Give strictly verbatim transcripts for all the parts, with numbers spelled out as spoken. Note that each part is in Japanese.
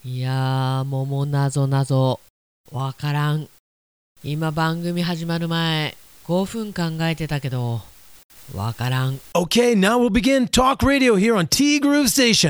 いやー、桃なぞなぞわからん。今番組始まる前ごふん考えてたけどわからん。 Okay, now we'll begin Talk Radio here on T Groove Station.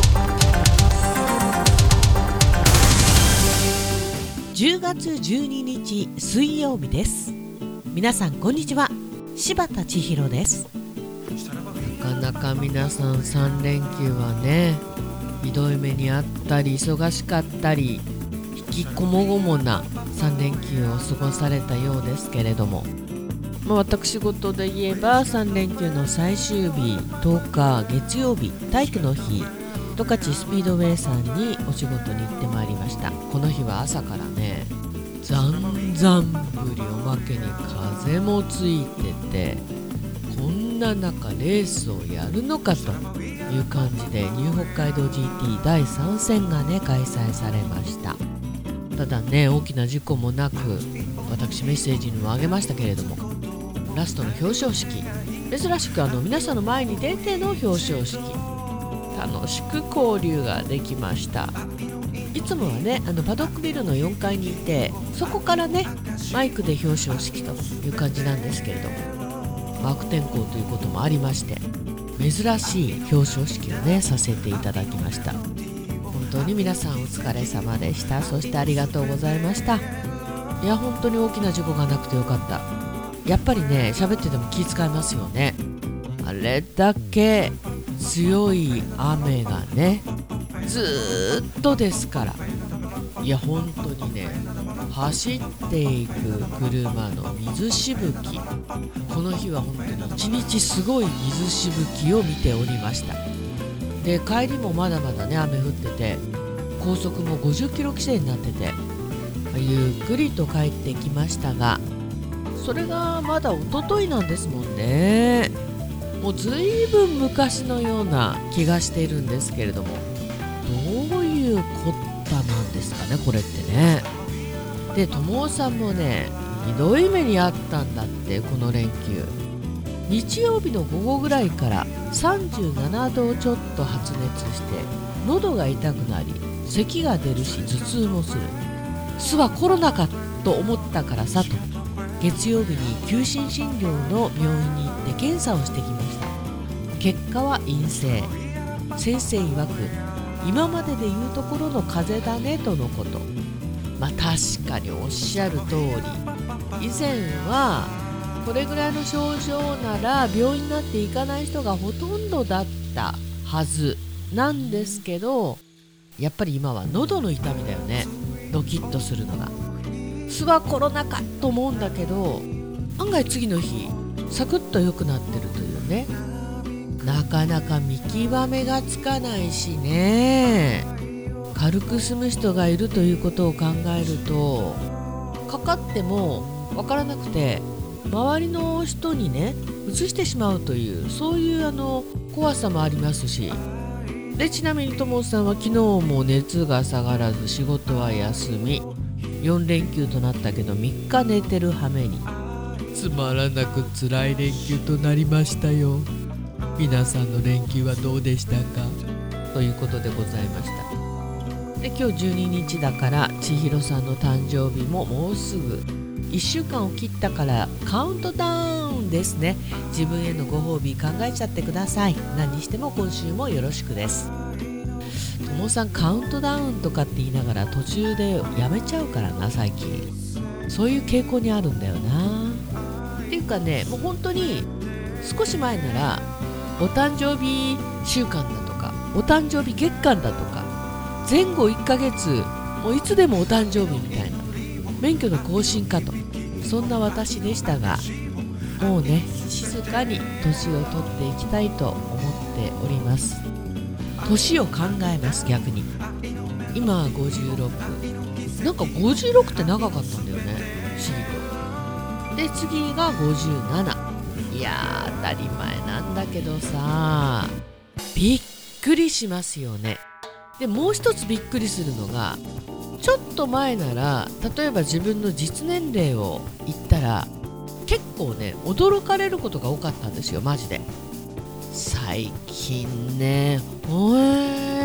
じゅうがつじゅうににち水曜日です。皆さんこんにちは、柴田千尋です。なかなか皆さんさんれんきゅうはね、ひどい目にあったり忙しかったり引きこもごもなさんれんきゅうを過ごされたようですけれども、まあ、私事で言えばさんれんきゅうの最終日とおか月曜日体育の日、十勝スピードウェイさんにお仕事に行ってまいりました。この日は朝からね、ざんざん降り、おまけに風もついてて、こんな中レースをやるのかという感じでニュー北海道 ジーティー だいさん戦がね開催されました。ただね、大きな事故もなく、私メッセージにもあげましたけれども、ラストの表彰式、珍しくあの皆さんの前に出ての表彰式、楽しく交流ができました。いつもはね、あのパドックビルのよんかいにいて、そこからねマイクで表彰式という感じなんですけれども、悪天候ということもありまして、珍しい表彰式をねさせていただきました。本当に皆さんお疲れ様でした。そしてありがとうございました。いや、本当に大きな事故がなくてよかった。やっぱりね、喋ってても気遣いますよね。あれだけ強い雨がねずーっとですから、いや本当にね、走っていく車の水しぶき、この日は本当に一日すごい水しぶきを見ておりました。で、帰りもまだまだね雨降ってて、高速もごじゅっキロ規制になってて、ゆっくりと帰ってきましたが、それがまだ一昨日なんですもんね。もうずいぶん昔のような気がしているんですけれども、どういうこったなんですかね、これってね。で、友さんもね、ひどい目にあったんだって。この連休日曜日の午後ぐらいからさんじゅうななどちょっと発熱して、喉が痛くなり、咳が出るし頭痛もする。巣はコロナかと思ったからさと、月曜日に休診診療の病院に行って検査をしてきました。結果は陰性。先生曰く、今まででいうところの風邪だねとのこと。まあ確かにおっしゃる通り、以前はこれぐらいの症状なら病院になっていかない人がほとんどだったはずなんですけど、やっぱり今は喉の痛みだよね、ドキッとするのが。巣はコロナかと思うんだけど、案外次の日サクッと良くなってるというね。なかなか見極めがつかないしね。軽く済む人がいるということを考えると、かかってもわからなくて周りの人にね移してしまうという、そういうあの怖さもありますし。で、ちなみに友さんは昨日も熱が下がらず仕事は休み、よんれんきゅうとなったけどみっか寝てる羽目に、つまらなく辛い連休となりましたよ。皆さんの連休はどうでしたかということでございました。で、今日じゅうににちだから千尋さんの誕生日ももうすぐいっしゅうかんを切ったから、カウントダウンですね。自分へのご褒美考えちゃってください。何にしても今週もよろしくです。友さんカウントダウンとかって言いながら途中でやめちゃうからな、最近。そういう傾向にあるんだよな。っていうかね、もう本当に少し前ならお誕生日週間だとかお誕生日月間だとか、前後いっかげつもういつでもお誕生日みたいな、免許の更新かと、そんな私でしたが、もうね静かに年を取っていきたいと思っております。年を考えます、逆に。今はごじゅうろく、なんかごじゅうろくって長かったんだよね、不思議と。で、次がごじゅうなな。いやー当たり前なんだけどさ、びっくりしますよね。で、もう一つびっくりするのが、ちょっと前なら例えば自分の実年齢を言ったら結構ね驚かれることが多かったんですよ、マジで。最近ね、おえー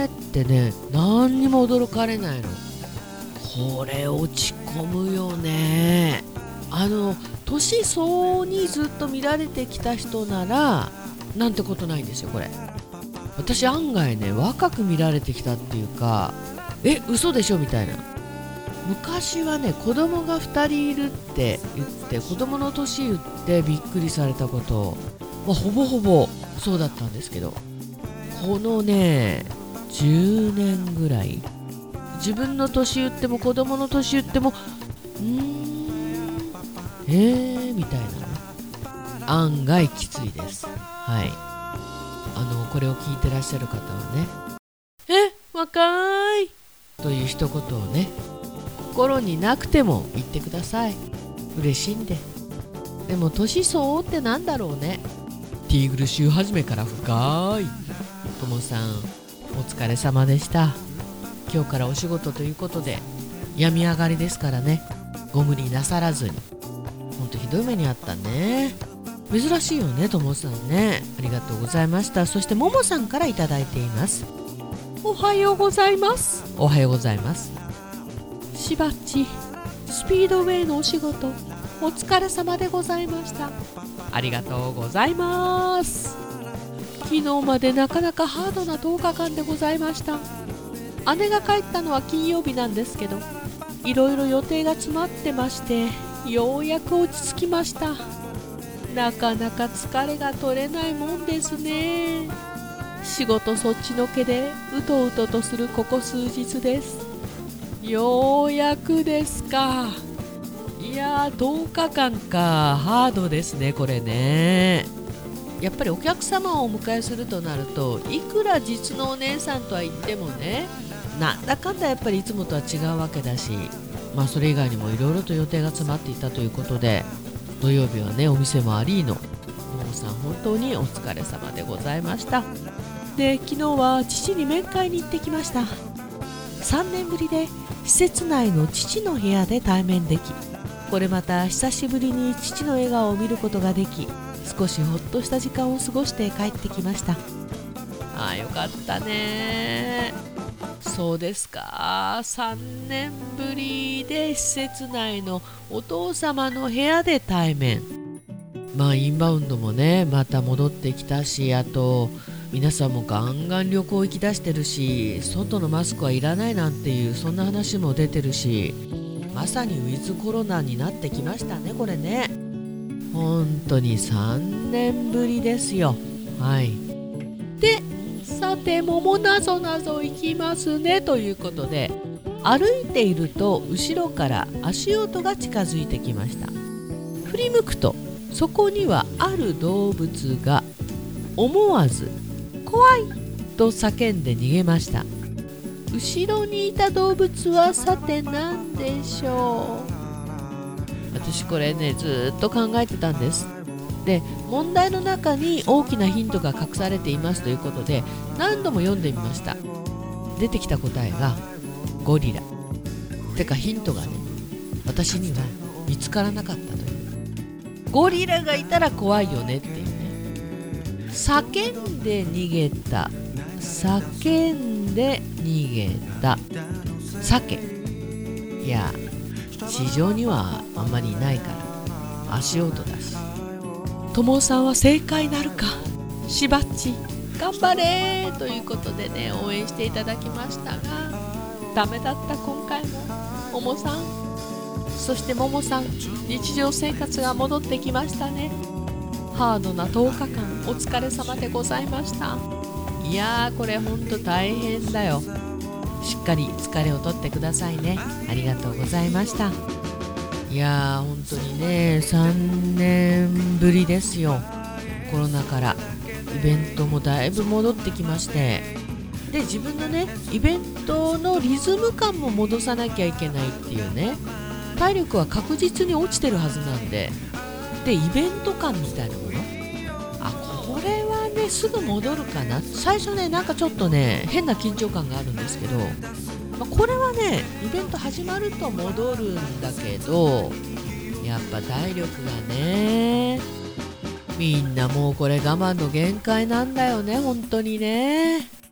ってね、何にも驚かれないの。これ落ち込むよね。あの年相応にずっと見られてきた人ならなんてことないんですよ。これ私案外ね、若く見られてきたっていうか、え嘘でしょみたいな。昔はね、子供がふたりいるって言って子供の年言ってびっくりされたこと、まあ、ほぼほぼそうだったんですけど、このねじゅうねんぐらい自分の年言っても子供の年言ってもうーんえーみたいなね、案外きついです。はい、あのこれを聞いてらっしゃる方はね、え若いという一言をね、心になくても言ってください。嬉しいんで。でも年相応ってなんだろうね。ティーグル週始めから深い。ともさんお疲れ様でした。今日からお仕事ということで病み上がりですからね、ご無理なさらずに。ほんとひどい目にあったね。珍しいよね、ともさんね。ありがとうございました。そしてももさんからいただいています。おはようございます。おはようございます。しばっちスピードウェイのお仕事お疲れ様でございました。ありがとうございます。昨日までなかなかハードなとおかかんでございました。姉が帰ったのは金曜日なんですけど、いろいろ予定が詰まってまして、ようやく落ち着きました。なかなか疲れが取れないもんですね。仕事そっちのけでうとうととするここ数日です。ようやくですか。いやーとおかかんか、ハードですねこれね。やっぱりお客様をお迎えするとなると、いくら実のお姉さんとは言ってもね、なんだかんだやっぱりいつもとは違うわけだし、まあそれ以外にもいろいろと予定が詰まっていたということで、土曜日はねお店もありの、ももさん本当にお疲れ様でございました。で昨日は父に面会に行ってきました。さんねんぶりで施設内の父の部屋で対面でき、これまた久しぶりに父の笑顔を見ることができ、少しほっとした時間を過ごして帰ってきました。ああよかったね。そうですか。さんねんぶりで施設内のお父様の部屋で対面。まあインバウンドもねまた戻ってきたし、あと皆さんもガンガン旅行行き出してるし、外のマスクはいらないなんていうそんな話も出てるし、まさにウィズコロナになってきましたねこれね。本当にさんねんぶりですよ。はい。でさて桃なぞなぞ行きますねということで、歩いていると後ろから足音が近づいてきました。振り向くとそこにはある動物が思わず怖いと叫んで逃げました。後ろにいた動物はさて何でしょう。私これねずっと考えてたんです。で問題の中に大きなヒントが隠されていますということで何度も読んでみました。出てきた答えがゴリラ。てかヒントがね私には見つからなかったという。ゴリラがいたら怖いよねっていうね。叫んで逃げた、叫んで逃げた、鮭。いや地上にはあんまりいないから足音だし。ともさんは正解なるか。しばっち頑張れということでね応援していただきましたが、ダメだった今回も。ももさん、そしてももさん、日常生活が戻ってきましたね。ハードなとおかかんお疲れ様でございました。いやーこれほんと大変だよ。しっかり疲れを取ってくださいね。ありがとうございました。いやー本当にねさんねんぶりですよ。コロナからイベントもだいぶ戻ってきまして、で自分のねイベントのリズム感も戻さなきゃいけないっていうね。体力は確実に落ちてるはずなんで、でイベント感みたいなもの、あこれはねすぐ戻るかな。最初ねなんかちょっとね変な緊張感があるんですけど、まあ、これはねイベント始まると戻るんだけど、やっぱ体力がね、みんなもうこれ我慢の限界なんだよね本当にね。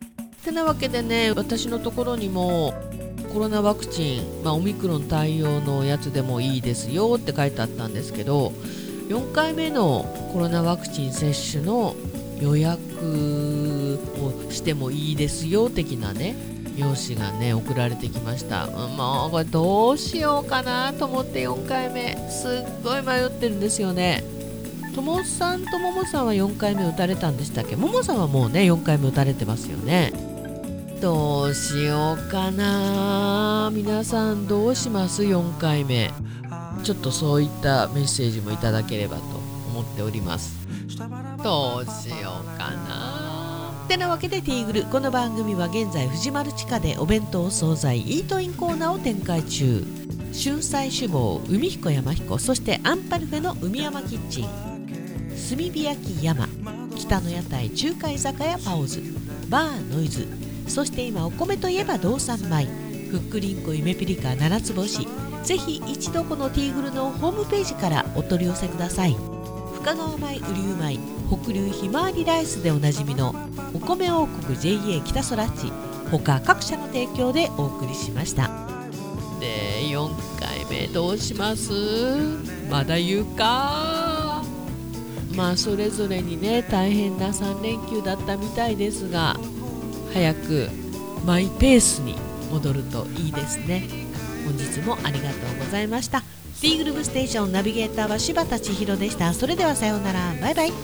てなわけでね、私のところにもコロナワクチン、まあ、オミクロン対応のやつでもいいですよって書いてあったんですけど、よんかいめのコロナワクチン接種の予約をしてもいいですよ的なね用紙がね送られてきました。もうこれどうしようかなと思ってよんかいめすっごい迷ってるんですよね。ともさんとももさんはよんかいめ打たれたんでしたっけ。ももさんはもうねよんかいめ打たれてますよね。どうしようかな。皆さんどうします？よんかいめちょっとそういったメッセージもいただければと思っております。どうしようかな。てなわけでティーグル、この番組は現在藤丸地下でお弁当惣菜イートインコーナーを展開中。春菜志望海彦山彦、そしてアンパルフェの海山キッチン、炭火焼き山、北の屋台中華居酒屋パオズ、バーノイズ、そして今お米といえば道産米、ふっくりんこ夢ピリカ七つ星。ぜひ一度このティーグルのホームページからお取り寄せください。深川米、雨竜米、北流ひまわりライスでおなじみのお米王国 ジェイエー 北空地他各社の提供でお送りしました。でよんかいめどうします？まだ言うか。まあそれぞれにね大変なさん連休だったみたいですが、早くマイペースに戻るといいですね。本日もありがとうございました。ティーグルーブステーションナビゲーターは柴田千尋でした。それではさようなら、バイバイ。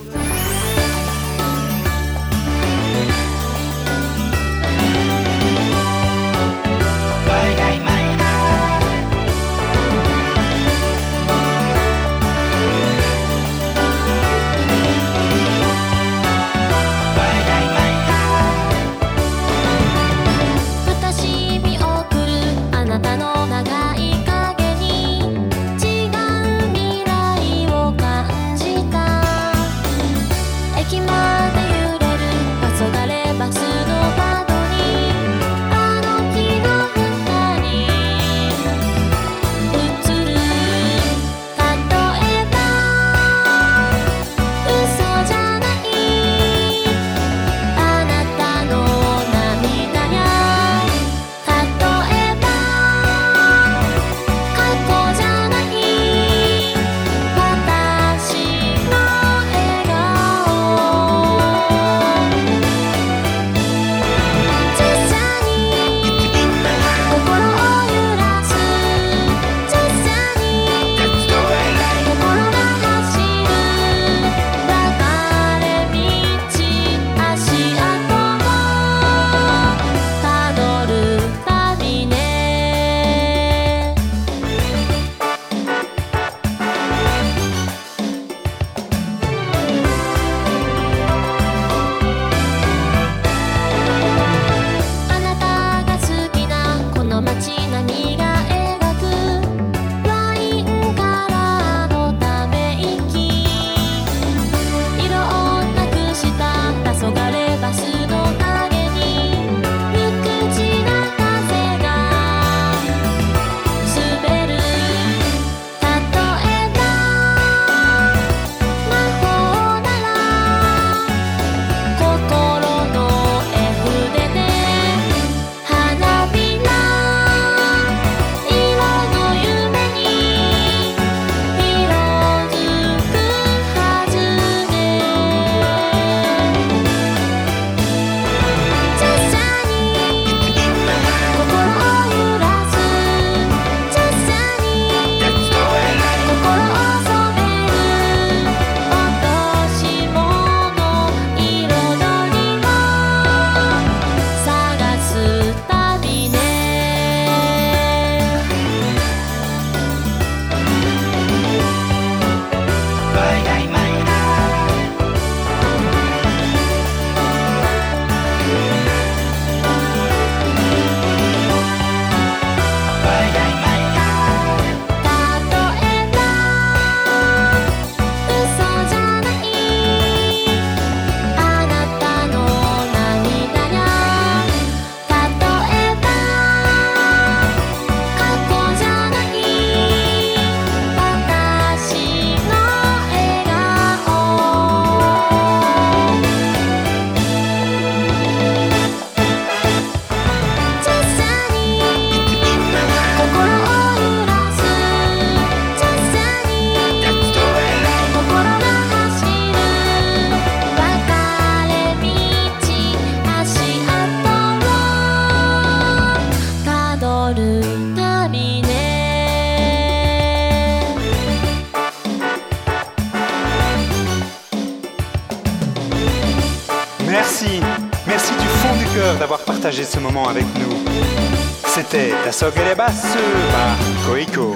partagé ce moment avec nous. C'était La Soque et les Basses par Koiko.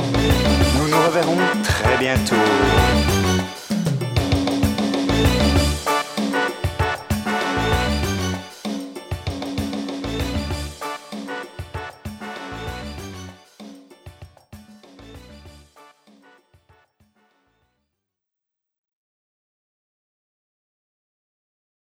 Nous nous reverrons très bientôt.